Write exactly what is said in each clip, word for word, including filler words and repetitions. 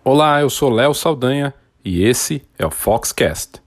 Olá, eu sou Léo Saldanha e esse é o Foxcast.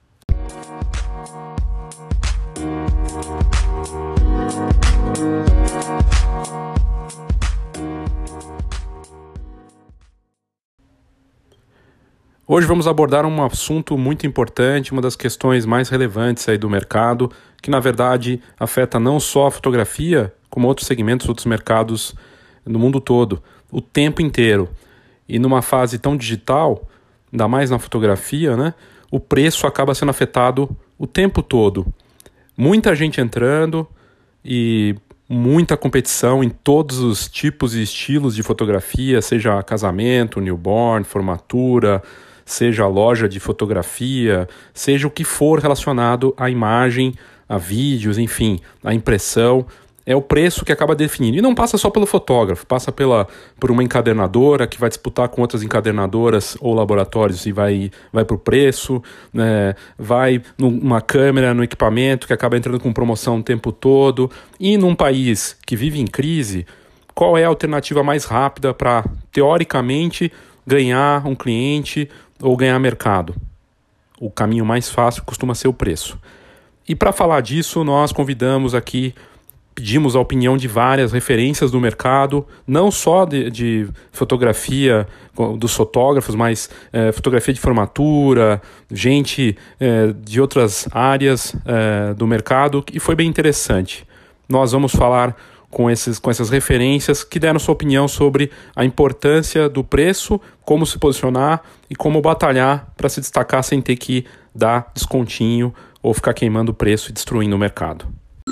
Hoje vamos abordar um assunto muito importante, uma das questões mais relevantes aí do mercado, que na verdade afeta não só a fotografia, como outros segmentos, outros mercados no mundo todo, o tempo inteiro. E numa fase tão digital, ainda mais na fotografia, né, o preço acaba sendo afetado o tempo todo. Muita gente entrando e muita competição em todos os tipos e estilos de fotografia, seja casamento, newborn, formatura, seja loja de fotografia, seja o que for relacionado à imagem, a vídeos, enfim, a impressão. É o preço que acaba definindo. E não passa só pelo fotógrafo, passa pela, por uma encadernadora que vai disputar com outras encadernadoras ou laboratórios e vai, vai para o preço, né? Vai numa câmera, no equipamento que acaba entrando com promoção o tempo todo. E num país que vive em crise, qual é a alternativa mais rápida para, teoricamente, ganhar um cliente ou ganhar mercado? O caminho mais fácil costuma ser o preço. E para falar disso, nós convidamos aqui... Pedimos a opinião de várias referências do mercado, não só de, de fotografia dos fotógrafos, mas é, fotografia de formatura, gente é, de outras áreas é, do mercado, e foi bem interessante. Nós vamos falar com, esses, com essas referências que deram sua opinião sobre a importância do preço, como se posicionar e como batalhar para se destacar sem ter que dar descontinho ou ficar queimando o preço e destruindo o mercado.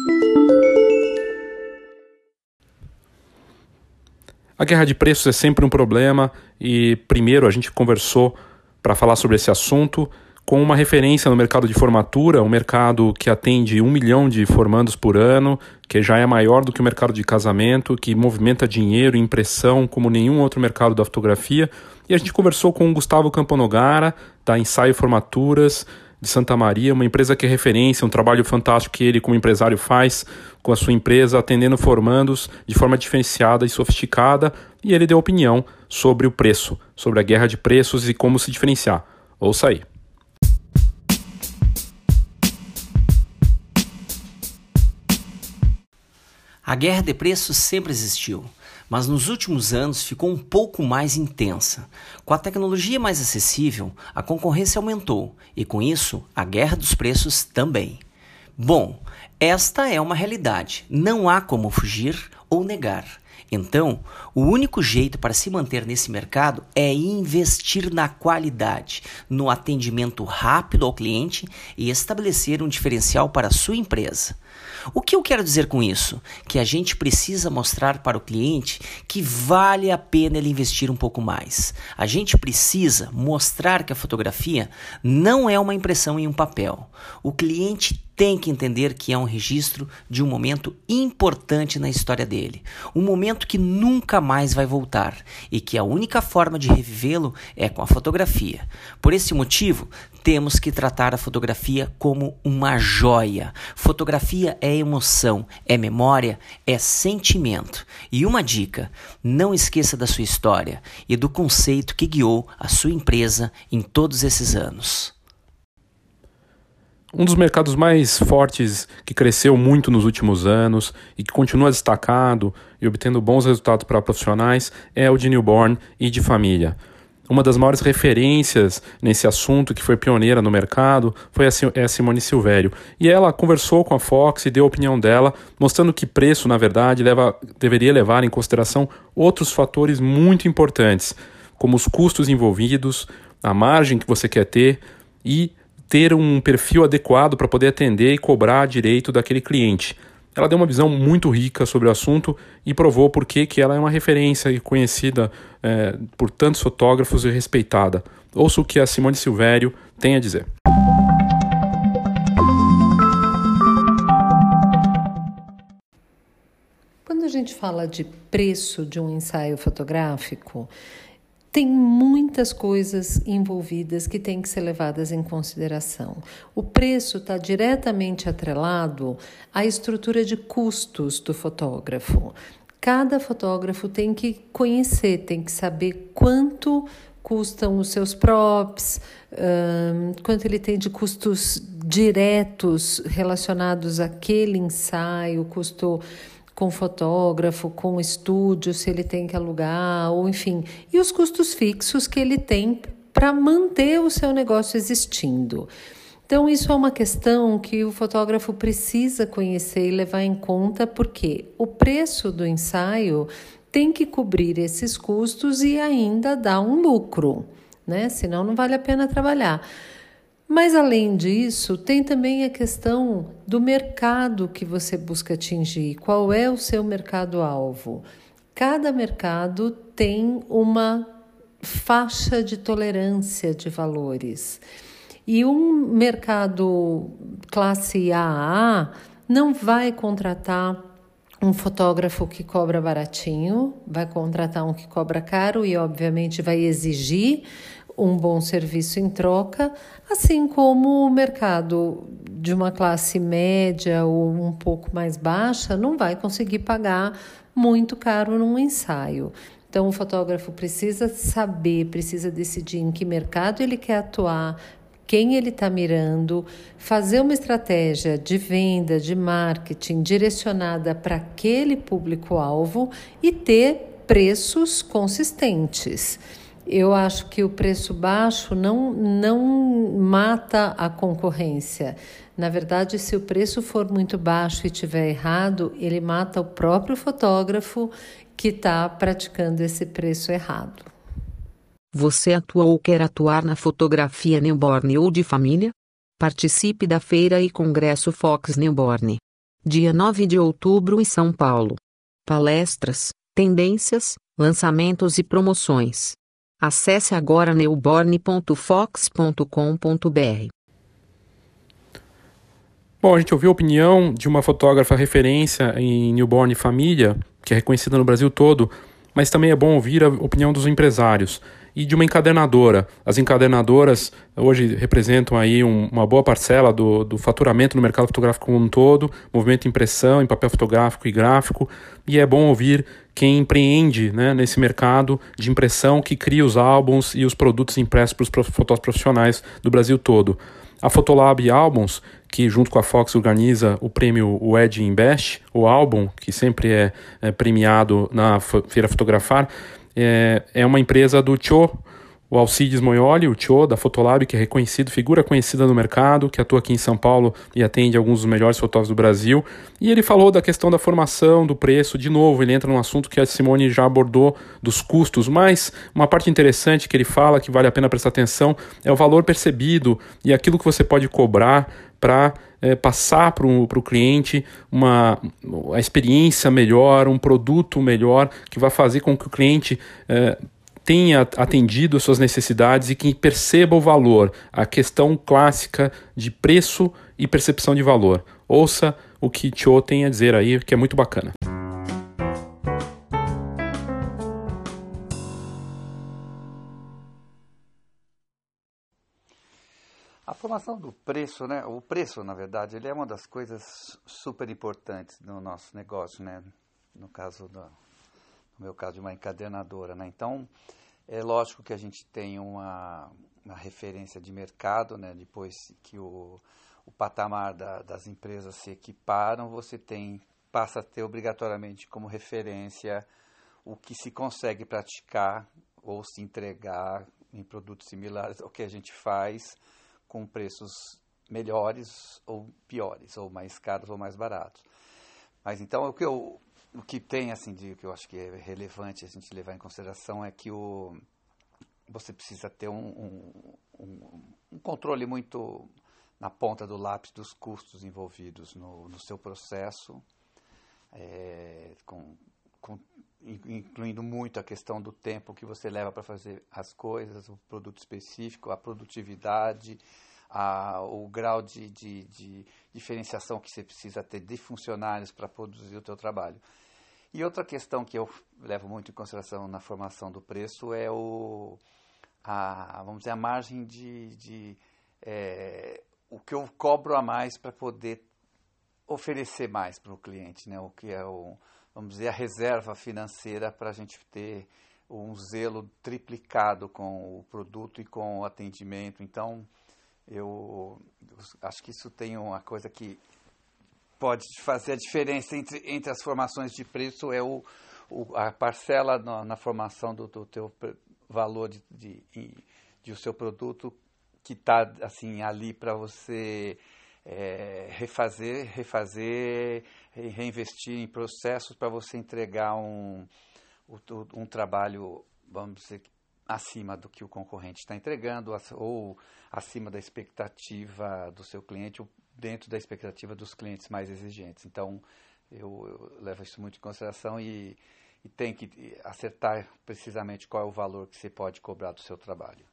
A guerra de preços é sempre um problema e primeiro a gente conversou para falar sobre esse assunto com uma referência no mercado de formatura, um mercado que atende um milhão de formandos por ano, que já é maior do que o mercado de casamento, que movimenta dinheiro e impressão como nenhum outro mercado da fotografia. E a gente conversou com o Gustavo Camponogara, da Ensaio Formaturas, de Santa Maria, uma empresa que é referência, um trabalho fantástico que ele como empresário faz com a sua empresa, atendendo formandos de forma diferenciada e sofisticada, e ele deu opinião sobre o preço, sobre a guerra de preços e como se diferenciar. Ouça aí. A guerra de preços sempre existiu, mas nos últimos anos ficou um pouco mais intensa. Com a tecnologia mais acessível, a concorrência aumentou e, com isso, a guerra dos preços também. Bom, esta é uma realidade, não há como fugir ou negar. Então, o único jeito para se manter nesse mercado é investir na qualidade, no atendimento rápido ao cliente e estabelecer um diferencial para a sua empresa. O que eu quero dizer com isso? Que a gente precisa mostrar para o cliente que vale a pena ele investir um pouco mais. A gente precisa mostrar que a fotografia não é uma impressão em um papel. O cliente tem que entender que é um registro de um momento importante na história dele. Um momento que nunca mais vai voltar e que a única forma de revivê-lo é com a fotografia. Por esse motivo, temos que tratar a fotografia como uma joia. Fotografia é emoção, é memória, é sentimento. E uma dica, não esqueça da sua história e do conceito que guiou a sua empresa em todos esses anos. Um dos mercados mais fortes que cresceu muito nos últimos anos e que continua destacado e obtendo bons resultados para profissionais é o de newborn e de família. Uma das maiores referências nesse assunto, que foi pioneira no mercado, foi a Simone Silvério. E ela conversou com a Fox e deu a opinião dela, mostrando que preço, na verdade, leva, deveria levar em consideração outros fatores muito importantes, como os custos envolvidos, a margem que você quer ter e ter um perfil adequado para poder atender e cobrar direito daquele cliente. Ela deu uma visão muito rica sobre o assunto e provou por que que ela é uma referência e conhecida é, por tantos fotógrafos e respeitada. Ouça o que a Simone Silvério tem a dizer. Quando a gente fala de preço de um ensaio fotográfico, tem muitas coisas envolvidas que têm que ser levadas em consideração. O preço está diretamente atrelado à estrutura de custos do fotógrafo. cada fotógrafo tem que conhecer, tem que saber quanto custam os seus props, um, quanto ele tem de custos diretos relacionados àquele ensaio, custo com fotógrafo, com estúdio, se ele tem que alugar, ou enfim, e os custos fixos que ele tem para manter o seu negócio existindo. Então, isso é uma questão que o fotógrafo precisa conhecer e levar em conta, porque o preço do ensaio tem que cobrir esses custos e ainda dar um lucro, né? Senão não vale a pena trabalhar. Mas, além disso, tem também a questão do mercado que você busca atingir. Qual é o seu mercado-alvo? Cada mercado tem uma faixa de tolerância de valores. E um mercado classe A A não vai contratar um fotógrafo que cobra baratinho, vai contratar um que cobra caro e, obviamente, vai exigir um bom serviço em troca, assim como o mercado de uma classe média ou um pouco mais baixa não vai conseguir pagar muito caro num ensaio. Então, o fotógrafo precisa saber, precisa decidir em que mercado ele quer atuar, quem ele está mirando, fazer uma estratégia de venda, de marketing direcionada para aquele público-alvo e ter preços consistentes. Eu acho que o preço baixo não, não mata a concorrência. Na verdade, se o preço for muito baixo e estiver errado, ele mata o próprio fotógrafo que está praticando esse preço errado. Você atua ou quer atuar na fotografia newborn ou de família? Participe da Feira e Congresso Fox Newborn. Dia nove de outubro em São Paulo. Palestras, tendências, lançamentos e promoções. Acesse agora newborn ponto fox ponto com ponto b r. Bom, a gente ouviu a opinião de uma fotógrafa referência em newborn e família, que é reconhecida no Brasil todo, mas também é bom ouvir a opinião dos empresários e de uma encadernadora. As encadernadoras hoje representam aí um, uma boa parcela do, do faturamento no mercado fotográfico como um todo, movimento de impressão em papel fotográfico e gráfico, e é bom ouvir quem empreende, né, nesse mercado de impressão, que cria os álbuns e os produtos impressos para os fotógrafos profissionais do Brasil todo. A Fotolab Albums, que junto com a Fox organiza o prêmio Wedge Invest, o álbum, que sempre é, é premiado na Feira Fotografar, é, é uma empresa do Tio, o Alcides Moioli, o Tio da Fotolab, que é reconhecido, figura conhecida no mercado, que atua aqui em São Paulo e atende alguns dos melhores fotógrafos do Brasil. E ele falou da questão da formação, do preço. De novo, ele entra num assunto que a Simone já abordou, dos custos, mas uma parte interessante que ele fala, que vale a pena prestar atenção, é o valor percebido e aquilo que você pode cobrar para é, passar para o cliente uma a experiência melhor, um produto melhor, que vai fazer com que o cliente é, tenha atendido as suas necessidades e que perceba o valor, a questão clássica de preço e percepção de valor. Ouça o que Tio tem a dizer aí, que é muito bacana. A formação do preço, né? O preço, na verdade, ele é uma das coisas super importantes no nosso negócio, né? No caso da, no meu caso de uma encadernadora, né? Então, é lógico que a gente tem uma, uma referência de mercado, né? Depois que o, o patamar da, das empresas se equiparam, você tem, passa a ter obrigatoriamente como referência o que se consegue praticar ou se entregar em produtos similares ao que a gente faz, com preços melhores ou piores, ou mais caros ou mais baratos. Mas então, o que, eu, o que tem, assim, de, que eu acho que é relevante a gente levar em consideração é que o, você precisa ter um, um, um, um controle muito na ponta do lápis dos custos envolvidos no, no seu processo, é, com, com, incluindo muito a questão do tempo que você leva para fazer as coisas, o produto específico, a produtividade, a, o grau de, de, de diferenciação que você precisa ter de funcionários para produzir o teu trabalho. E outra questão que eu levo muito em consideração na formação do preço é o, a, vamos dizer, a margem de, de é, o que eu cobro a mais para poder oferecer mais para o cliente, né? O que é o vamos dizer, a reserva financeira para a gente ter um zelo triplicado com o produto e com o atendimento. Então, eu acho que isso tem uma coisa que pode fazer a diferença entre, entre as formações de preço, é o, o, a parcela na, na formação do, do teu valor de, de, de, de o seu produto que está assim, ali para você é, refazer, refazer, reinvestir em processos para você entregar um um trabalho, vamos dizer, acima do que o concorrente está entregando, ou acima da expectativa do seu cliente, ou dentro da expectativa dos clientes mais exigentes. Então, eu, eu levo isso muito em consideração e, e tem que acertar precisamente qual é o valor que você pode cobrar do seu trabalho.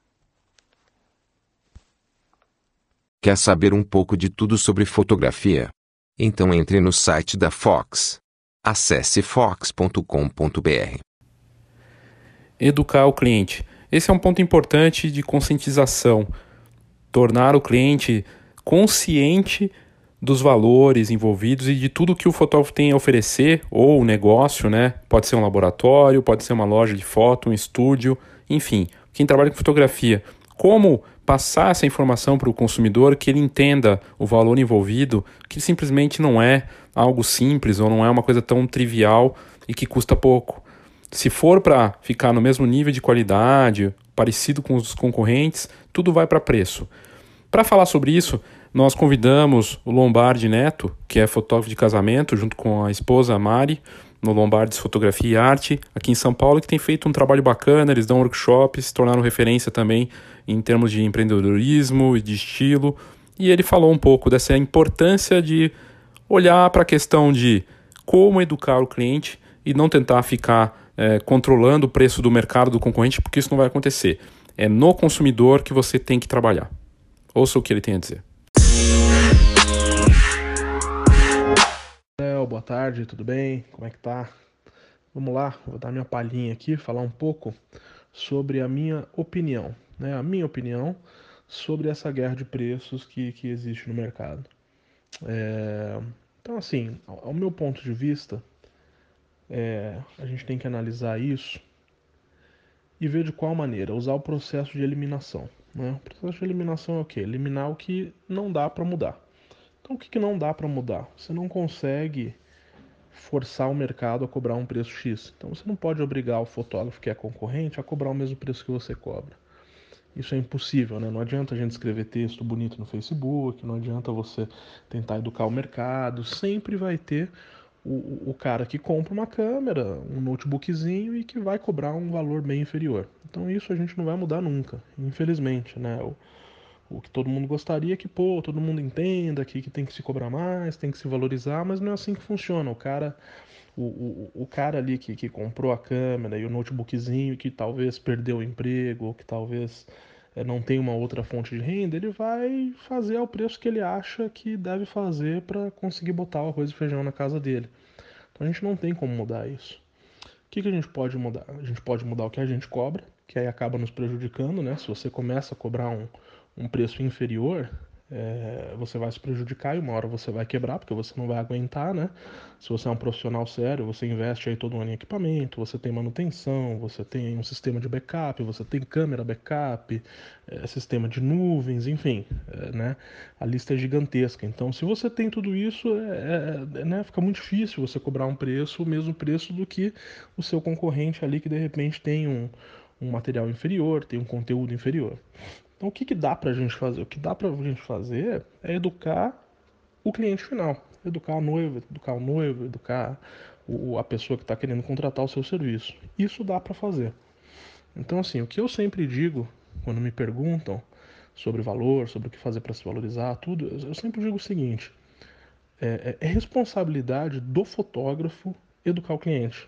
Quer saber um pouco de tudo sobre fotografia? Então entre no site da Fox. Acesse fox ponto com ponto b r. Educar o cliente. Esse é um ponto importante de conscientização. Tornar o cliente consciente dos valores envolvidos e de tudo que o fotógrafo tem a oferecer, ou o negócio, né? Pode ser um laboratório, pode ser uma loja de foto, um estúdio, enfim. Quem trabalha com fotografia, como passar essa informação para o consumidor, que ele entenda o valor envolvido, que simplesmente não é algo simples ou não é uma coisa tão trivial e que custa pouco. Se for para ficar no mesmo nível de qualidade, parecido com os concorrentes, tudo vai para preço. Para falar sobre isso, nós convidamos o Lombardi Neto, que é fotógrafo de casamento, junto com a esposa Mari, no Lombardi Fotografia e Arte, aqui em São Paulo, que tem feito um trabalho bacana. Eles dão workshops, se tornaram referência também em termos de empreendedorismo e de estilo. E ele falou um pouco dessa importância de olhar para a questão de como educar o cliente e não tentar ficar é, controlando o preço do mercado do concorrente, porque isso não vai acontecer. É no consumidor que você tem que trabalhar. Ouça o que ele tem a dizer. Boa tarde, tudo bem? Como é que tá? Vamos lá, vou dar minha palhinha aqui, falar um pouco sobre a minha opinião, né? A minha opinião sobre essa guerra de preços que, que existe no mercado. É... Então, assim, ao meu ponto de vista, é... a gente tem que analisar isso e ver de qual maneira usar o processo de eliminação, né? O processo de eliminação é o quê? Eliminar o que não dá para mudar. Então, o que, que não dá para mudar? Você não consegue forçar o mercado a cobrar um preço X. Então, você não pode obrigar o fotógrafo que é concorrente a cobrar o mesmo preço que você cobra. Isso é impossível, né? Não adianta a gente escrever texto bonito no Facebook, não adianta você tentar educar o mercado. Sempre vai ter o, o cara que compra uma câmera, um notebookzinho e que vai cobrar um valor bem inferior. Então, isso a gente não vai mudar nunca, infelizmente, né? O, O que todo mundo gostaria é que, pô, todo mundo entenda que, que tem que se cobrar mais, tem que se valorizar, mas não é assim que funciona. O cara, o, o, o cara ali que, que comprou a câmera e o notebookzinho, que talvez perdeu o emprego, ou que talvez é, não tem uma outra fonte de renda, ele vai fazer ao preço que ele acha que deve fazer para conseguir botar o arroz e feijão na casa dele. Então a gente não tem como mudar isso. O que, que a gente pode mudar? A gente pode mudar o que a gente cobra, que aí acaba nos prejudicando, né? Se você começa a cobrar um um preço inferior, é, você vai se prejudicar e uma hora você vai quebrar, porque você não vai aguentar, né? Se você é um profissional sério, você investe aí todo um ano em equipamento, você tem manutenção, você tem um sistema de backup, você tem câmera backup, é, sistema de nuvens, enfim, é, né? A lista é gigantesca. Então, se você tem tudo isso, é, é, né? Fica muito difícil você cobrar um preço, o mesmo preço do que o seu concorrente ali, que de repente tem um, um material inferior, tem um conteúdo inferior. Então, o que, que dá para a gente fazer? O que dá para a gente fazer é educar o cliente final. Educar a noiva, educar o noivo, educar o, a pessoa que está querendo contratar o seu serviço. Isso dá para fazer. Então, assim, o que eu sempre digo, quando me perguntam sobre valor, sobre o que fazer para se valorizar, tudo, eu sempre digo o seguinte, é, é responsabilidade do fotógrafo educar o cliente.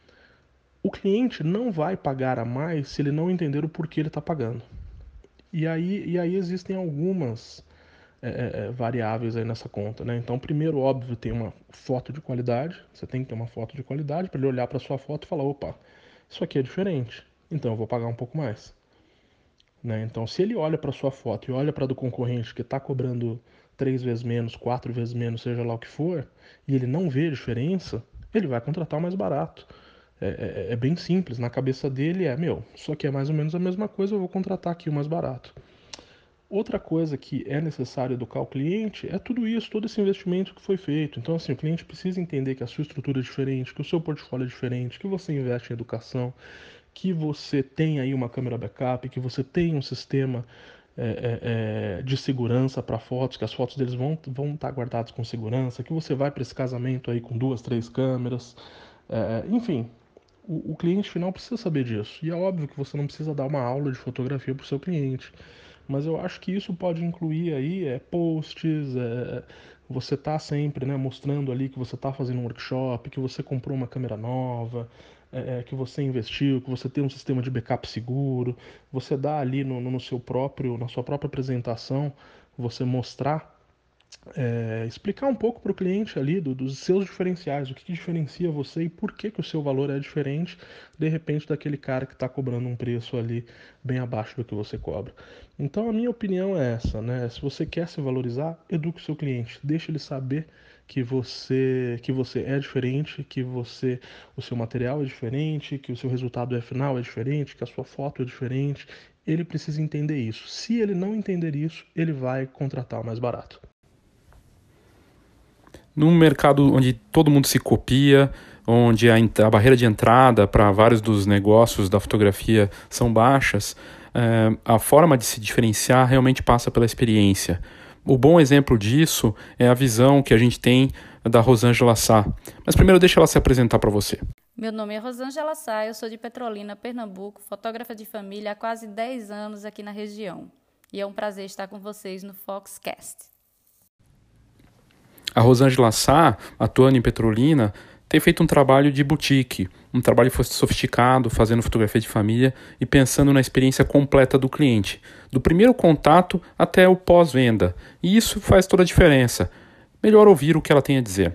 O cliente não vai pagar a mais se ele não entender o porquê ele está pagando. E aí, e aí existem algumas é, é, variáveis aí nessa conta, né? Então, primeiro, óbvio, tem uma foto de qualidade. Você tem que ter uma foto de qualidade para ele olhar para sua foto e falar, opa, isso aqui é diferente, então eu vou pagar um pouco mais. Né? Então, se ele olha para sua foto e olha para a do concorrente que está cobrando três vezes menos, quatro vezes menos, seja lá o que for, e ele não vê a diferença, ele vai contratar o mais barato. É, é, é bem simples, na cabeça dele é, meu, isso aqui é mais ou menos a mesma coisa, eu vou contratar aqui o mais barato. Outra coisa que é necessário educar o cliente é tudo isso, todo esse investimento que foi feito. Então, assim, o cliente precisa entender que a sua estrutura é diferente, que o seu portfólio é diferente, que você investe em educação, que você tem aí uma câmera backup, que você tem um sistema é, é, é, de segurança para fotos, que as fotos deles vão, vão estar guardadas com segurança, que você vai para esse casamento aí com duas, três câmeras, é, enfim. O, o cliente final precisa saber disso. E é óbvio que você não precisa dar uma aula de fotografia para o seu cliente. Mas eu acho que isso pode incluir aí é, posts, é, você tá sempre, né, mostrando ali que você está fazendo um workshop, que você comprou uma câmera nova, é, que você investiu, que você tem um sistema de backup seguro. Você dá ali no, no seu próprio, na sua própria apresentação, você mostrar, é, explicar um pouco para o cliente ali do, dos seus diferenciais, o que, que diferencia você e por que, que o seu valor é diferente, de repente, daquele cara que está cobrando um preço ali bem abaixo do que você cobra. Então, a minha opinião é essa, né? Se você quer se valorizar, eduque o seu cliente, deixe ele saber que você, que você é diferente, que você, o seu material é diferente, que o seu resultado é final é diferente, que a sua foto é diferente. Ele precisa entender isso. Se ele não entender isso, ele vai contratar o mais barato. Num mercado onde todo mundo se copia, onde a, a barreira de entrada para vários dos negócios da fotografia são baixas, é, a forma de se diferenciar realmente passa pela experiência. O bom exemplo disso é a visão que a gente tem da Rosângela Sá. Mas primeiro deixa ela se apresentar para você. Meu nome é Rosângela Sá, eu sou de Petrolina, Pernambuco, fotógrafa de família há quase dez anos aqui na região. E é um prazer estar com vocês no Foxcast. A Rosângela Sá, atuando em Petrolina, tem feito um trabalho de boutique, um trabalho sofisticado, fazendo fotografia de família e pensando na experiência completa do cliente, do primeiro contato até o pós-venda. E isso faz toda a diferença. Melhor ouvir o que ela tem a dizer.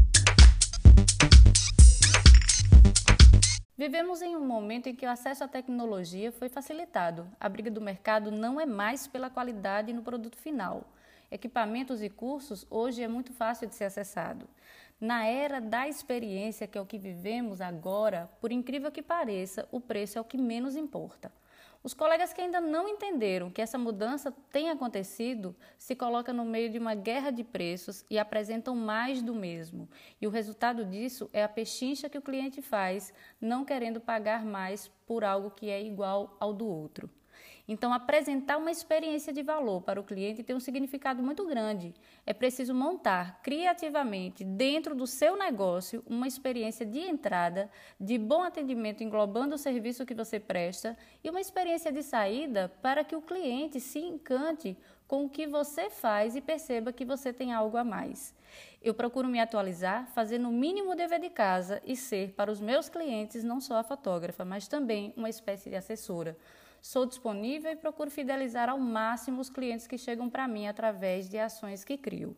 Vivemos em um momento em que o acesso à tecnologia foi facilitado. A briga do mercado não é mais pela qualidade no produto final. Equipamentos e cursos hoje é muito fácil de ser acessado. Na era da experiência, que é o que vivemos agora, por incrível que pareça, o preço é o que menos importa. Os colegas que ainda não entenderam que essa mudança tem acontecido se colocam no meio de uma guerra de preços e apresentam mais do mesmo. E o resultado disso é a pechincha que o cliente faz, não querendo pagar mais por algo que é igual ao do outro. Então, apresentar uma experiência de valor para o cliente tem um significado muito grande. É preciso montar criativamente, dentro do seu negócio, uma experiência de entrada, de bom atendimento englobando o serviço que você presta e uma experiência de saída para que o cliente se encante com o que você faz e perceba que você tem algo a mais. Eu procuro me atualizar, fazer no mínimo o dever de casa e ser, para os meus clientes, não só a fotógrafa, mas também uma espécie de assessora. Sou disponível e procuro fidelizar ao máximo os clientes que chegam para mim através de ações que crio.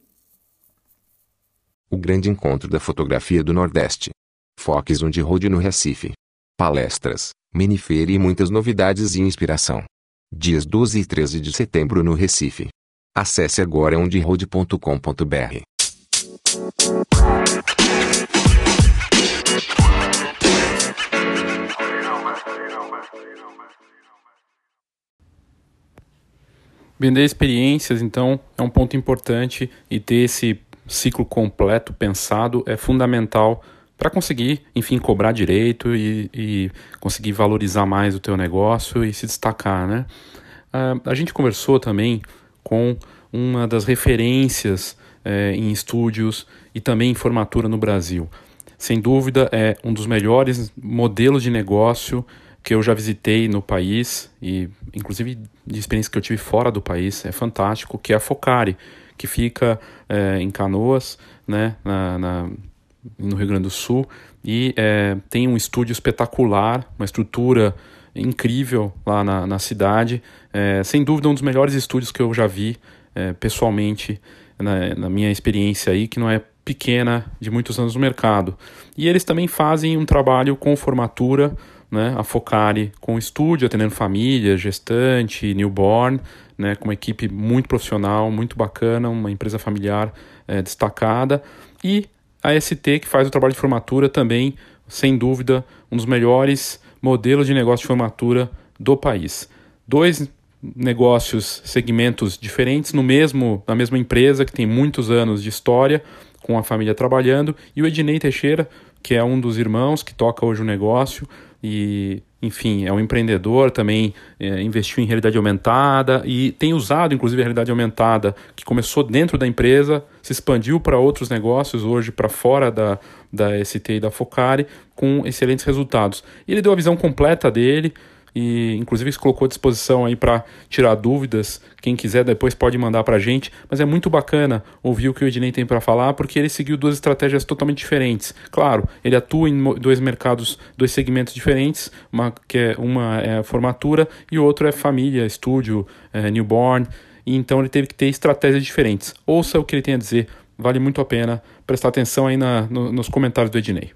O grande encontro da fotografia do Nordeste. Fox on the Road no Recife. Palestras, minifeira e muitas novidades e inspiração. Dias doze e treze de setembro no Recife. Acesse agora on the road ponto com ponto b r. Vender experiências, então, é um ponto importante e ter esse ciclo completo pensado é fundamental para conseguir, enfim, cobrar direito e, e conseguir valorizar mais o teu negócio e se destacar, né? Uh, a gente conversou também com uma das referências é, em estúdios e também em formatura no Brasil. Sem dúvida, é um dos melhores modelos de negócio que eu já visitei no país e, inclusive, de experiência que eu tive fora do país, é fantástico, que é a Focari, que fica é, em Canoas, né, na, na, no Rio Grande do Sul, e é, tem um estúdio espetacular, uma estrutura incrível lá na, na cidade, é, sem dúvida um dos melhores estúdios que eu já vi é, pessoalmente na, na minha experiência aí, que não é pequena, de muitos anos no mercado. E eles também fazem um trabalho com formatura, né, a Focari com estúdio, atendendo família, gestante, newborn, né, com uma equipe muito profissional, muito bacana, uma empresa familiar é, destacada, e a S T, que faz o trabalho de formatura também, sem dúvida, um dos melhores modelos de negócio de formatura do país. Dois negócios, segmentos diferentes no mesmo, na mesma empresa, que tem muitos anos de história, com a família trabalhando, e o Ednei Teixeira, que é um dos irmãos que toca hoje o negócio e, enfim, é um empreendedor, também é, investiu em realidade aumentada e tem usado, inclusive, a realidade aumentada, que começou dentro da empresa, se expandiu para outros negócios, hoje para fora da, da S T e da Focari, com excelentes resultados. E ele deu a visão completa dele, e inclusive se colocou à disposição aí para tirar dúvidas. Quem quiser depois pode mandar para a gente, mas é muito bacana ouvir o que o Ednei tem para falar, porque ele seguiu duas estratégias totalmente diferentes. Claro, ele atua em dois mercados, dois segmentos diferentes, uma, que é, uma é a formatura e o outro é família, estúdio, é, newborn, e então ele teve que ter estratégias diferentes. Ouça o que ele tem a dizer, vale muito a pena prestar atenção aí na, no, nos comentários do Ednei.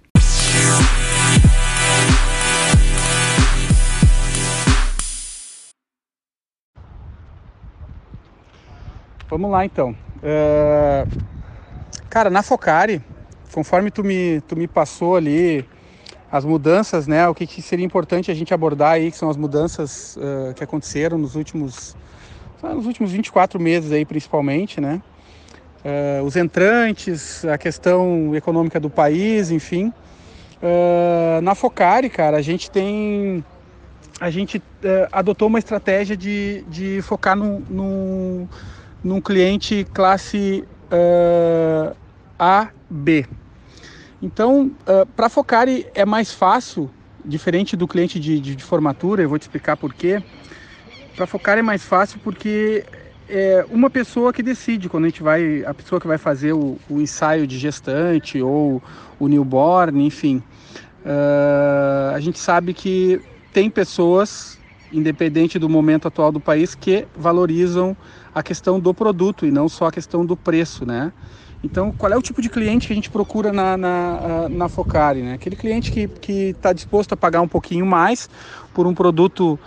Vamos lá, então. Uh, cara, na Focari, conforme tu me, tu me passou ali as mudanças, né? O que, que seria importante a gente abordar aí, que são as mudanças uh, que aconteceram nos últimos, nos últimos vinte e quatro meses aí, principalmente, né? Uh, os entrantes, a questão econômica do país, enfim. Uh, na Focari, cara, a gente tem... A gente uh, adotou uma estratégia de, de focar no... no num cliente classe uh, A, B. Então, uh, para a Focari é mais fácil, diferente do cliente de, de, de formatura, eu vou te explicar por quê. Para a Focari é mais fácil porque é uma pessoa que decide, quando a gente vai, a pessoa que vai fazer o, o ensaio de gestante ou o newborn, enfim. Uh, a gente sabe que tem pessoas, independente do momento atual do país, que valorizam a questão do produto e não só a questão do preço, né? Então, qual é o tipo de cliente que a gente procura na, na, na Focari, né? Aquele cliente que está disposto a pagar um pouquinho mais por um produto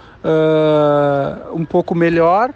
uh, um pouco melhor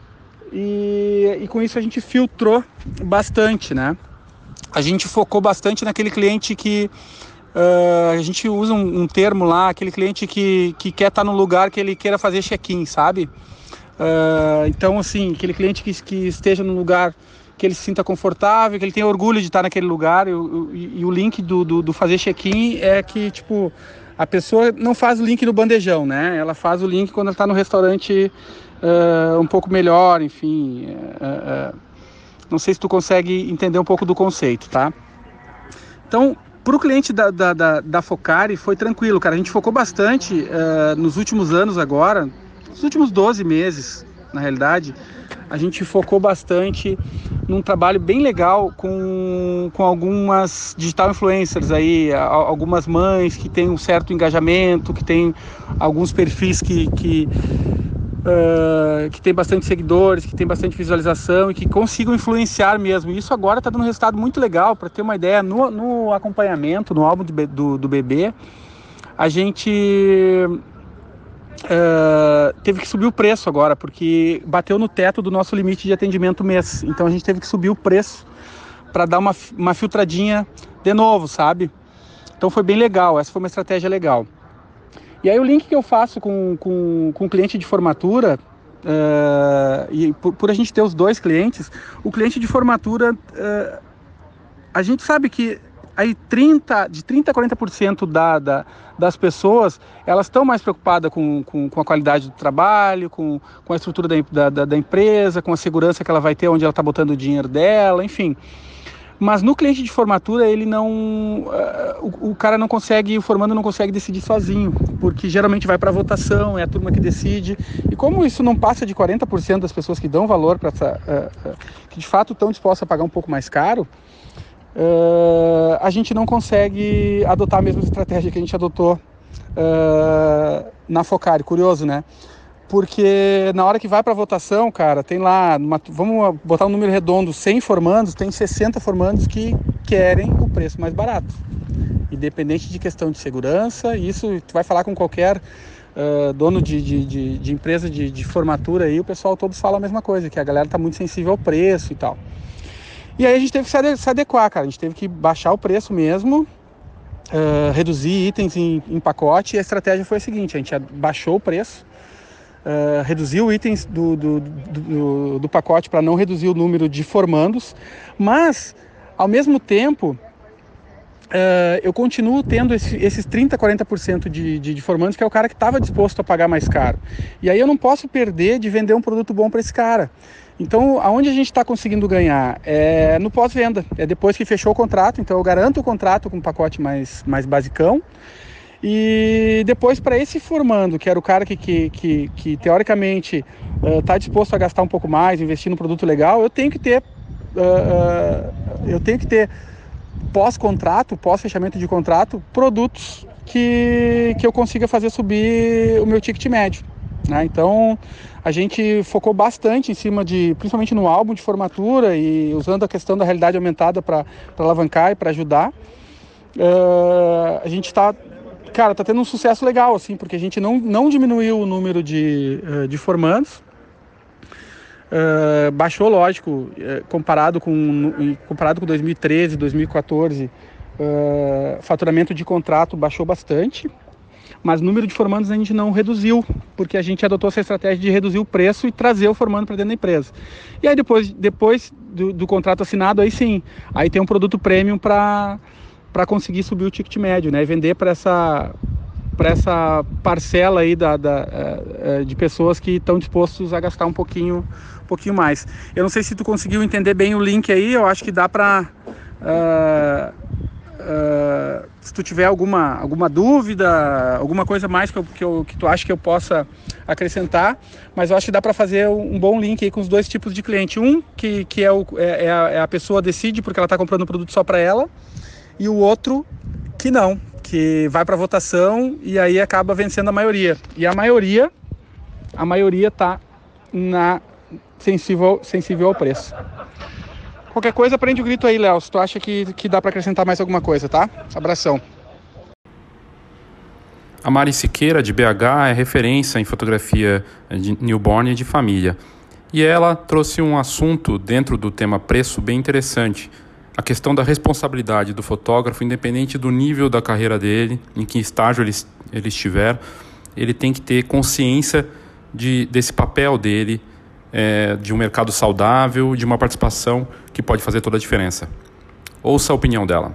e, e com isso a gente filtrou bastante, né? A gente focou bastante naquele cliente que uh, a gente usa um, um termo lá, aquele cliente que, que quer estar no lugar que ele queira fazer check-in, sabe? Uh, então, assim, aquele cliente que, que esteja no lugar que ele se sinta confortável, que ele tenha orgulho de estar naquele lugar. E, e, e o link do, do, do fazer check-in é que, tipo, a pessoa não faz o link no bandejão, né? Ela faz o link quando ela está no restaurante uh, um pouco melhor, enfim. Uh, uh, não sei se tu consegue entender um pouco do conceito, tá? Então, para o cliente da, da, da, da Focari foi tranquilo, cara. A gente focou bastante uh, nos últimos anos agora, nos últimos doze meses, na realidade, a gente focou bastante num trabalho bem legal com, com algumas digital influencers aí, algumas mães que têm um certo engajamento, que têm alguns perfis que, que, uh, que têm bastante seguidores, que têm bastante visualização e que consigam influenciar mesmo. E isso agora está dando um resultado muito legal. Para ter uma ideia, no, no acompanhamento, no álbum do, do, do bebê, a gente... Uh, teve que subir o preço agora, porque bateu no teto do nosso limite de atendimento mês. Então a gente teve que subir o preço para dar uma, uma filtradinha de novo, sabe? Então foi bem legal, essa foi uma estratégia legal. E aí o link que eu faço com, com, com o cliente de formatura, uh, e por, por a gente ter os dois clientes, o cliente de formatura, uh, a gente sabe que aí trinta, de trinta a quarenta por cento da, da, das pessoas, elas estão mais preocupadas com, com, com a qualidade do trabalho, com, com a estrutura da, da, da empresa, com a segurança que ela vai ter, onde ela está botando o dinheiro dela, enfim. Mas no cliente de formatura, ele não, uh, o, o cara não consegue, o formando não consegue decidir sozinho, porque geralmente vai para votação, é a turma que decide. E como isso não passa de quarenta por cento das pessoas que dão valor para essa, uh, uh, que de fato estão dispostas a pagar um pouco mais caro, Uh, a gente não consegue adotar a mesma estratégia que a gente adotou uh, na Focari. Curioso, né? Porque na hora que vai para votação, cara, tem lá, uma, vamos botar um número redondo, cem formandos, tem sessenta formandos que querem o preço mais barato. Independente de questão de segurança, isso tu vai falar com qualquer uh, dono de, de, de, de empresa de, de formatura aí, o pessoal todos falam a mesma coisa, que a galera tá muito sensível ao preço e tal. E aí a gente teve que se adequar, cara, a gente teve que baixar o preço mesmo, uh, reduzir itens em, em pacote, e a estratégia foi a seguinte: a gente baixou o preço, uh, reduziu itens do, do, do, do pacote para não reduzir o número de formandos, mas, ao mesmo tempo, Uh, eu continuo tendo esse, esses trinta, quarenta por cento de, de, de formandos, que é o cara que estava disposto a pagar mais caro. E aí eu não posso perder de vender um produto bom para esse cara. Então, aonde a gente está conseguindo ganhar? É no pós-venda, é depois que fechou o contrato. Então eu garanto o contrato com um pacote mais, mais basicão. E depois, para esse formando, que era o cara que, que, que, que teoricamente está uh, disposto a gastar um pouco mais, investir num produto legal, eu tenho que ter... Uh, uh, eu tenho que ter pós-contrato, pós-fechamento de contrato, produtos que, que eu consiga fazer subir o meu ticket médio, né? Então, a gente focou bastante em cima de, principalmente no álbum de formatura e usando a questão da realidade aumentada para alavancar e para ajudar. Uh, a gente está, cara, tá tendo um sucesso legal, assim, porque a gente não, não diminuiu o número de, uh, de formandos. Uh, baixou, lógico, uh, comparado com, comparado com dois mil e treze, dois mil e quatorze, uh, faturamento de contrato baixou bastante, mas o número de formandos a gente não reduziu, porque a gente adotou essa estratégia de reduzir o preço e trazer o formando para dentro da empresa. E aí depois, depois do, do contrato assinado, aí sim, aí tem um produto premium para para conseguir subir o ticket médio, né, e vender para essa... para essa parcela aí da, da, uh, de pessoas que estão dispostos a gastar um pouquinho, um pouquinho mais. Eu não sei se tu conseguiu entender bem o link aí, eu acho que dá para... Uh, uh, se tu tiver alguma, alguma dúvida, alguma coisa mais que, eu, que, eu, que tu acha que eu possa acrescentar, mas eu acho que dá para fazer um bom link aí com os dois tipos de cliente. Um, que, que é, o, é, é, a, é a pessoa decide porque ela está comprando um produto só para ela, e o outro que não, que vai para votação e aí acaba vencendo a maioria. E a maioria, a maioria tá na sensível, sensível ao preço. Qualquer coisa, prende o grito aí, Léo, se tu acha que, que dá para acrescentar mais alguma coisa, tá? Abração. A Mari Siqueira, de B H, é referência em fotografia de newborn e de família. E ela trouxe um assunto dentro do tema preço bem interessante. A questão da responsabilidade do fotógrafo, independente do nível da carreira dele, em que estágio ele, ele estiver, ele tem que ter consciência de, desse papel dele, é, de um mercado saudável, de uma participação que pode fazer toda a diferença. Ouça a opinião dela.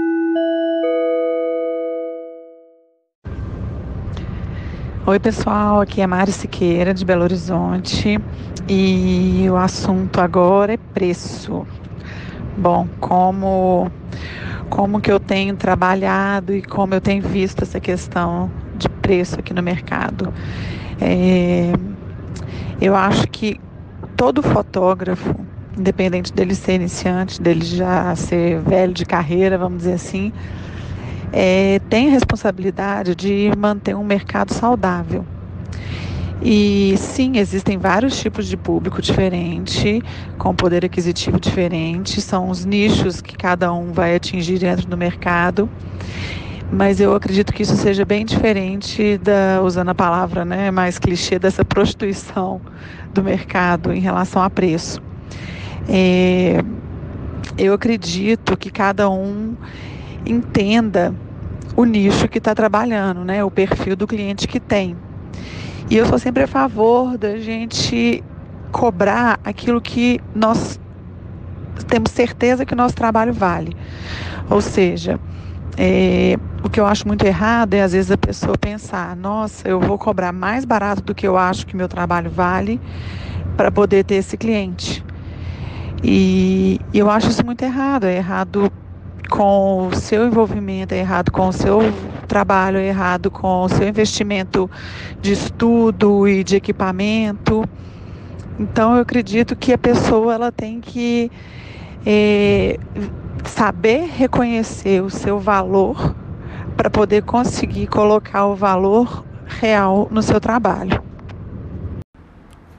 Oi pessoal, aqui é Mari Siqueira, de Belo Horizonte, e o assunto agora é preço. Bom, como, como que eu tenho trabalhado e como eu tenho visto essa questão de preço aqui no mercado. É, eu acho que todo fotógrafo, independente dele ser iniciante, dele já ser velho de carreira, vamos dizer assim, é, tem a responsabilidade de manter um mercado saudável. E sim, existem vários tipos de público diferente, com poder aquisitivo diferente, são os nichos que cada um vai atingir dentro do mercado, mas eu acredito que isso seja bem diferente da, usando a palavra, né, mais clichê, dessa prostituição do mercado em relação a preço. É, eu acredito que cada um entenda o nicho que está trabalhando, né, o perfil do cliente que tem. E eu sou sempre a favor da gente cobrar aquilo que nós temos certeza que o nosso trabalho vale. Ou seja, é, o que eu acho muito errado é às vezes a pessoa pensar, nossa, eu vou cobrar mais barato do que eu acho que meu trabalho vale para poder ter esse cliente. E eu acho isso muito errado, é errado com o seu envolvimento, é errado com o seu trabalho, é errado com o seu investimento de estudo e de equipamento. Então eu acredito que a pessoa ela tem que é, saber reconhecer o seu valor para poder conseguir colocar o valor real no seu trabalho.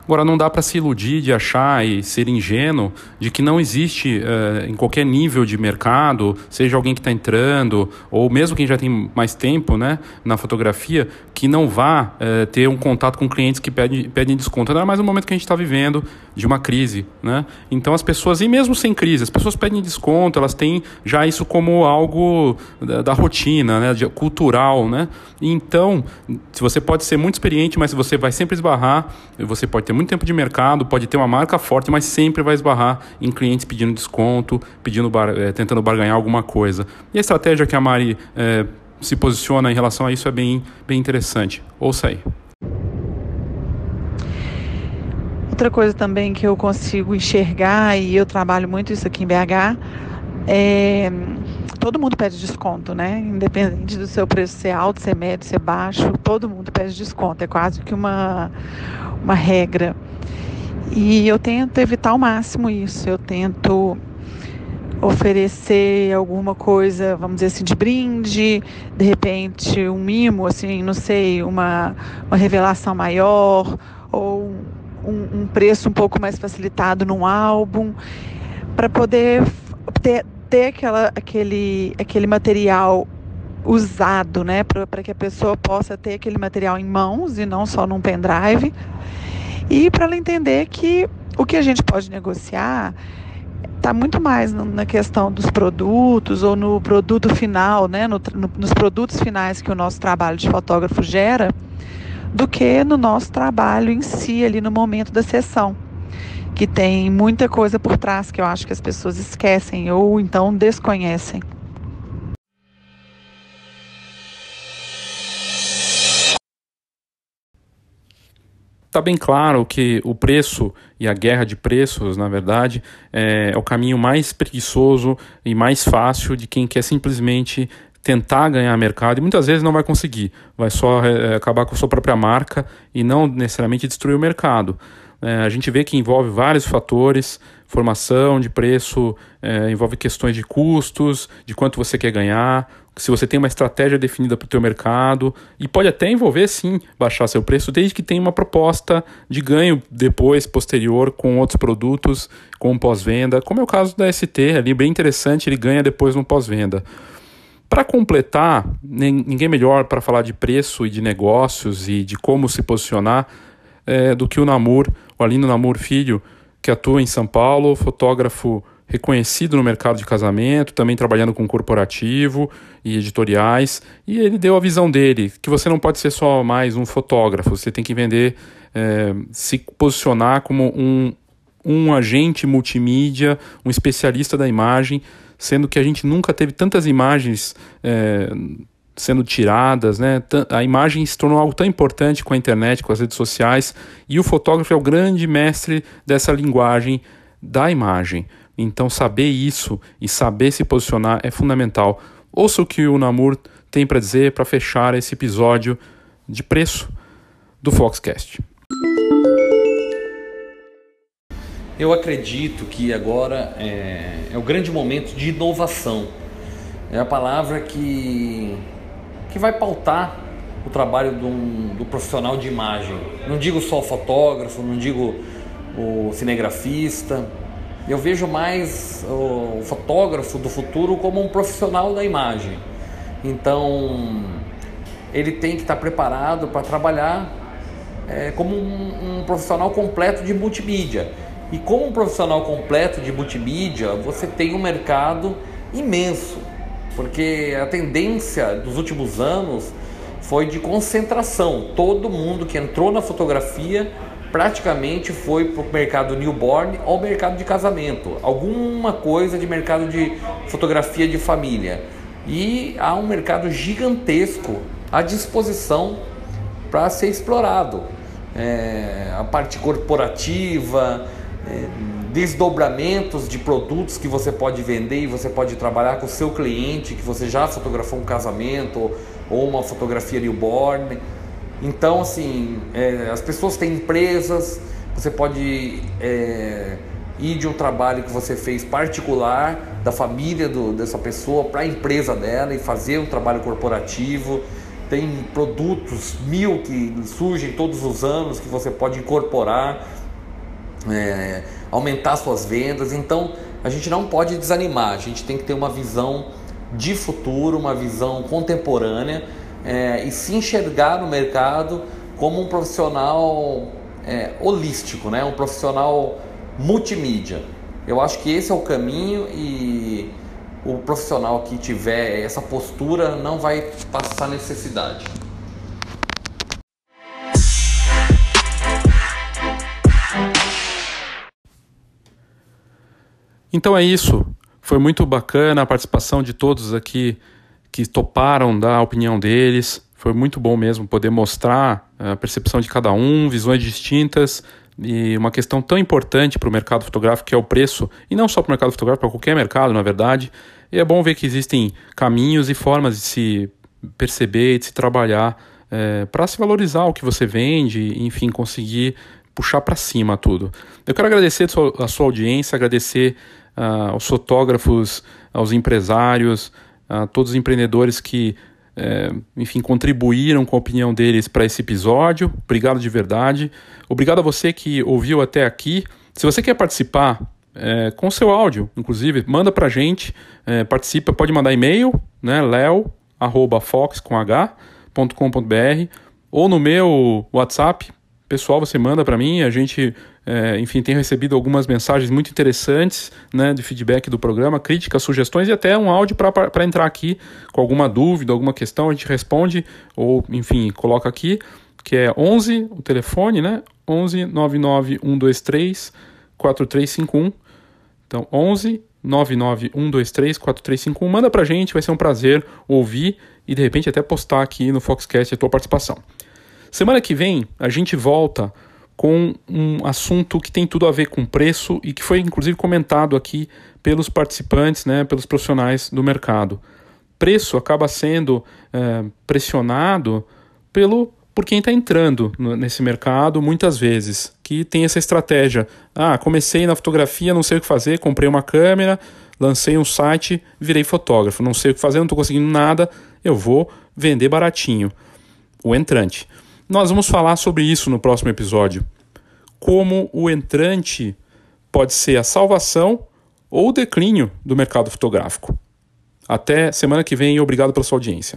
Agora, não dá para se iludir de achar e ser ingênuo de que não existe uh, em qualquer nível de mercado, seja alguém que está entrando, ou mesmo quem já tem mais tempo, né, na fotografia, que não vá uh, ter um contato com clientes que pedem, pedem desconto. Ainda mais no momento que a gente está vivendo de uma crise, né? Então as pessoas, e mesmo sem crise, as pessoas pedem desconto, elas têm já isso como algo da, da rotina, né, de, cultural, né? Então, se você pode ser muito experiente, mas você vai sempre esbarrar, você pode ter muito tempo de mercado, pode ter uma marca forte, mas sempre vai esbarrar em clientes pedindo desconto, pedindo bar, é, tentando barganhar alguma coisa. E a estratégia que a Mari é, se posiciona em relação a isso é bem, bem interessante. Ouça aí. Outra coisa também que eu consigo enxergar, e eu trabalho muito isso aqui em B H, é... todo mundo pede desconto, né? Independente do seu preço ser alto, ser médio, ser baixo, todo mundo pede desconto. É quase que uma, uma regra. E eu tento evitar ao máximo isso. Eu tento oferecer alguma coisa, vamos dizer assim, de brinde, de repente um mimo, assim, não sei, uma, uma revelação maior, ou um, um preço um pouco mais facilitado num álbum, para poder ter, ter aquela, aquele, aquele material usado, né, para que a pessoa possa ter aquele material em mãos e não só num pendrive, e para ela entender que o que a gente pode negociar está muito mais na questão dos produtos ou no produto final, né, no, no, nos produtos finais que o nosso trabalho de fotógrafo gera, do que no nosso trabalho em si, ali no momento da sessão, que tem muita coisa por trás que eu acho que as pessoas esquecem ou então desconhecem. Está bem claro que o preço e a guerra de preços, na verdade, é, é o caminho mais preguiçoso e mais fácil de quem quer simplesmente tentar ganhar mercado, e muitas vezes não vai conseguir, vai só é, acabar com a sua própria marca e não necessariamente destruir o mercado. É, a gente vê que envolve vários fatores, formação de preço, é, envolve questões de custos, de quanto você quer ganhar, se você tem uma estratégia definida para o teu mercado, e pode até envolver sim baixar seu preço, desde que tenha uma proposta de ganho depois, posterior, com outros produtos, com pós-venda, como é o caso da S T, ali bem interessante, ele ganha depois no pós-venda. Para completar, ninguém melhor para falar de preço e de negócios e de como se posicionar é, do que o Namur, o Alino Namur Filho, que atua em São Paulo, fotógrafo reconhecido no mercado de casamento, também trabalhando com corporativo e editoriais, e ele deu a visão dele, que você não pode ser só mais um fotógrafo, você tem que vender, é, se posicionar como um, um agente multimídia, um especialista da imagem, sendo que a gente nunca teve tantas imagens é, sendo tiradas, né? A imagem se tornou algo tão importante com a internet, com as redes sociais, e o fotógrafo é o grande mestre dessa linguagem da imagem. Então saber isso e saber se posicionar é fundamental. Ouça o que o Namur tem para dizer para fechar esse episódio de preço do Foxcast. Eu acredito que agora é, é o grande momento de inovação. É a palavra que, que vai pautar o trabalho do, do profissional de imagem. Não digo só o fotógrafo, não digo o cinegrafista. Eu vejo mais o, o fotógrafo do futuro como um profissional da imagem. Então, ele tem que estar preparado para trabalhar é, como um, um profissional completo de multimídia. E como um profissional completo de multimídia, você tem um mercado imenso, porque a tendência dos últimos anos foi de concentração. Todo mundo que entrou na fotografia praticamente foi para o mercado newborn ou mercado de casamento, alguma coisa de mercado de fotografia de família. E há um mercado gigantesco à disposição para ser explorado. É, a parte corporativa, é, desdobramentos de produtos que você pode vender e você pode trabalhar com o seu cliente, que você já fotografou um casamento ou uma fotografia newborn. Então, assim, é, as pessoas têm empresas, você pode é, ir de um trabalho que você fez particular, da família do, dessa pessoa, para a empresa dela e fazer um trabalho corporativo. tem produtos mil que surgem todos os anos que você pode incorporar, é, aumentar suas vendas. Então a gente não pode desanimar, a gente tem que ter uma visão de futuro, uma visão contemporânea, é, e se enxergar no mercado como um profissional é, holístico, né? Um profissional multimídia. Eu acho que esse é o caminho, e o profissional que tiver essa postura não vai passar necessidade. Então é isso. Foi muito bacana a participação de todos aqui que toparam dar a opinião deles. Foi muito bom mesmo poder mostrar a percepção de cada um, visões distintas, e uma questão tão importante para o mercado fotográfico, que é o preço, e não só para o mercado fotográfico, para qualquer mercado, na verdade. E é bom ver que existem caminhos e formas de se perceber, de se trabalhar, é, para se valorizar o que você vende, enfim, conseguir puxar para cima tudo. Eu quero agradecer a sua audiência, agradecer uh, aos fotógrafos, aos empresários, a todos os empreendedores que, é, enfim, contribuíram com a opinião deles para esse episódio. Obrigado de verdade. Obrigado a você que ouviu até aqui. Se você quer participar é, com seu áudio, inclusive, manda para a gente, é, participa, pode mandar e-mail, né, leo arroba fox com h ponto com ponto br, ou no meu WhatsApp pessoal, você manda para mim. A gente, é, enfim, tem recebido algumas mensagens muito interessantes, né, de feedback do programa, críticas, sugestões e até um áudio para entrar aqui com alguma dúvida, alguma questão, a gente responde, ou, enfim, coloca aqui, que é onze, o telefone, né, onze nove nove um dois três quatro três cinco um. Então, onze nove nove um dois três quatro três cinco um. Manda pra gente, vai ser um prazer ouvir e, de repente, até postar aqui no Foxcast a tua participação. Semana que vem, a gente volta com um assunto que tem tudo a ver com preço e que foi, inclusive, comentado aqui pelos participantes, né, pelos profissionais do mercado. Preço acaba sendo é, pressionado pelo, por quem está entrando no, nesse mercado, muitas vezes, que tem essa estratégia. Ah, comecei na fotografia, não sei o que fazer, comprei uma câmera, lancei um site, virei fotógrafo. Não sei o que fazer, não estou conseguindo nada, eu vou vender baratinho. O entrante. Nós vamos falar sobre isso no próximo episódio. Como o entrante pode ser a salvação ou o declínio do mercado fotográfico. Até semana que vem e obrigado pela sua audiência.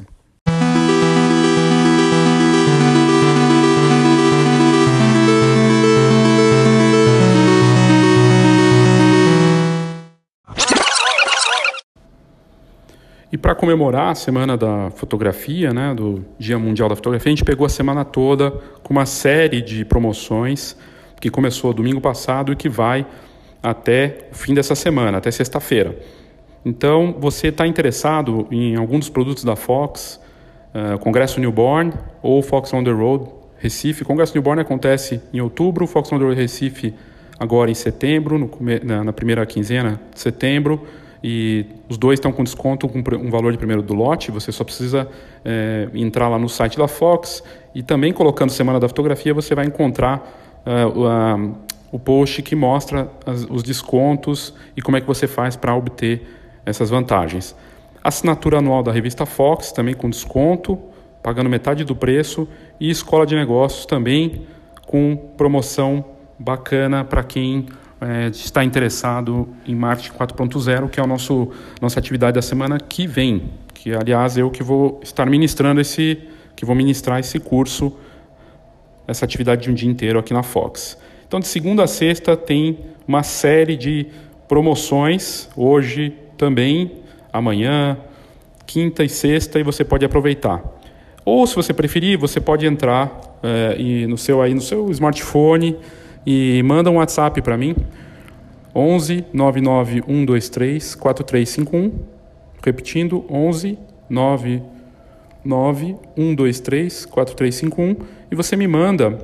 E para comemorar a Semana da Fotografia, né, do Dia Mundial da Fotografia, a gente pegou a semana toda com uma série de promoções que começou domingo passado e que vai até o fim dessa semana, até sexta-feira. Então, você está interessado em algum dos produtos da Fox, uh, Congresso Newborn ou Fox on the Road Recife. O Congresso Newborn acontece em outubro, o Fox on the Road Recife agora em setembro, no, na, na primeira quinzena de setembro. E os dois estão com desconto com um valor de primeiro do lote. Você só precisa é, entrar lá no site da Fox e também colocando Semana da Fotografia você vai encontrar uh, uh, o post que mostra as, os descontos e como é que você faz para obter essas vantagens. Assinatura anual da revista Fox também com desconto, pagando metade do preço, e Escola de Negócios também com promoção bacana para quem É, está interessado em Marketing quatro ponto zero, que é a nosso, nossa atividade da semana que vem, que aliás eu que vou estar ministrando esse, que vou ministrar esse curso, essa atividade de um dia inteiro aqui na Fox. Então de segunda a sexta tem uma série de promoções, hoje também, amanhã, quinta e sexta, e você pode aproveitar. Ou se você preferir, você pode entrar é, e no, seu, aí, no seu smartphone e manda um WhatsApp para mim, onze nove nove um dois três quatro três cinco um, repetindo, onze nove nove um dois três quatro três cinco um, e você me manda,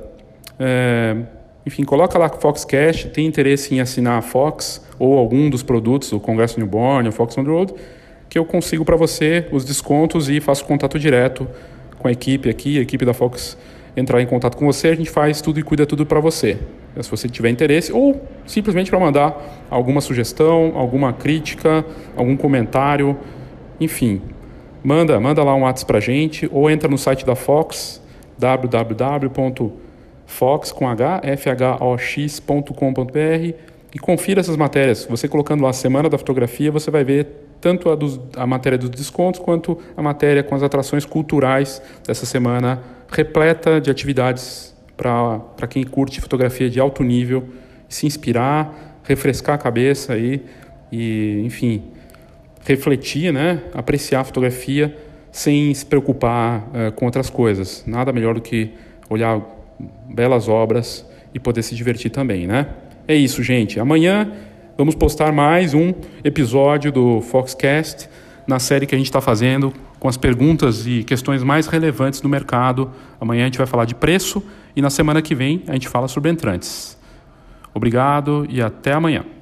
é, enfim, coloca lá Foxcast, tem interesse em assinar a Fox ou algum dos produtos do Congresso Newborn, o Fox on the Road, que eu consigo para você os descontos e faço contato direto com a equipe aqui, a equipe da Fox entrar em contato com você, a gente faz tudo e cuida tudo para você. Se você tiver interesse, ou simplesmente para mandar alguma sugestão, alguma crítica, algum comentário, enfim. manda, manda lá um WhatsApp pra gente, ou entra no site da Fox, w w w ponto fox ponto com ponto b r, e confira essas matérias. Você colocando lá a Semana da Fotografia, você vai ver tanto a, dos, a matéria dos descontos, quanto a matéria com as atrações culturais dessa semana, repleta de atividades para quem curte fotografia de alto nível, se inspirar, refrescar a cabeça aí, e, enfim, refletir, né? Apreciar a fotografia sem se preocupar uh, com outras coisas. Nada melhor do que olhar belas obras e poder se divertir também, né? É isso, gente. Amanhã vamos postar mais um episódio do Foxcast, na série que a gente está fazendo com as perguntas e questões mais relevantes do mercado. Amanhã a gente vai falar de preço e na semana que vem a gente fala sobre entrantes. Obrigado e até amanhã.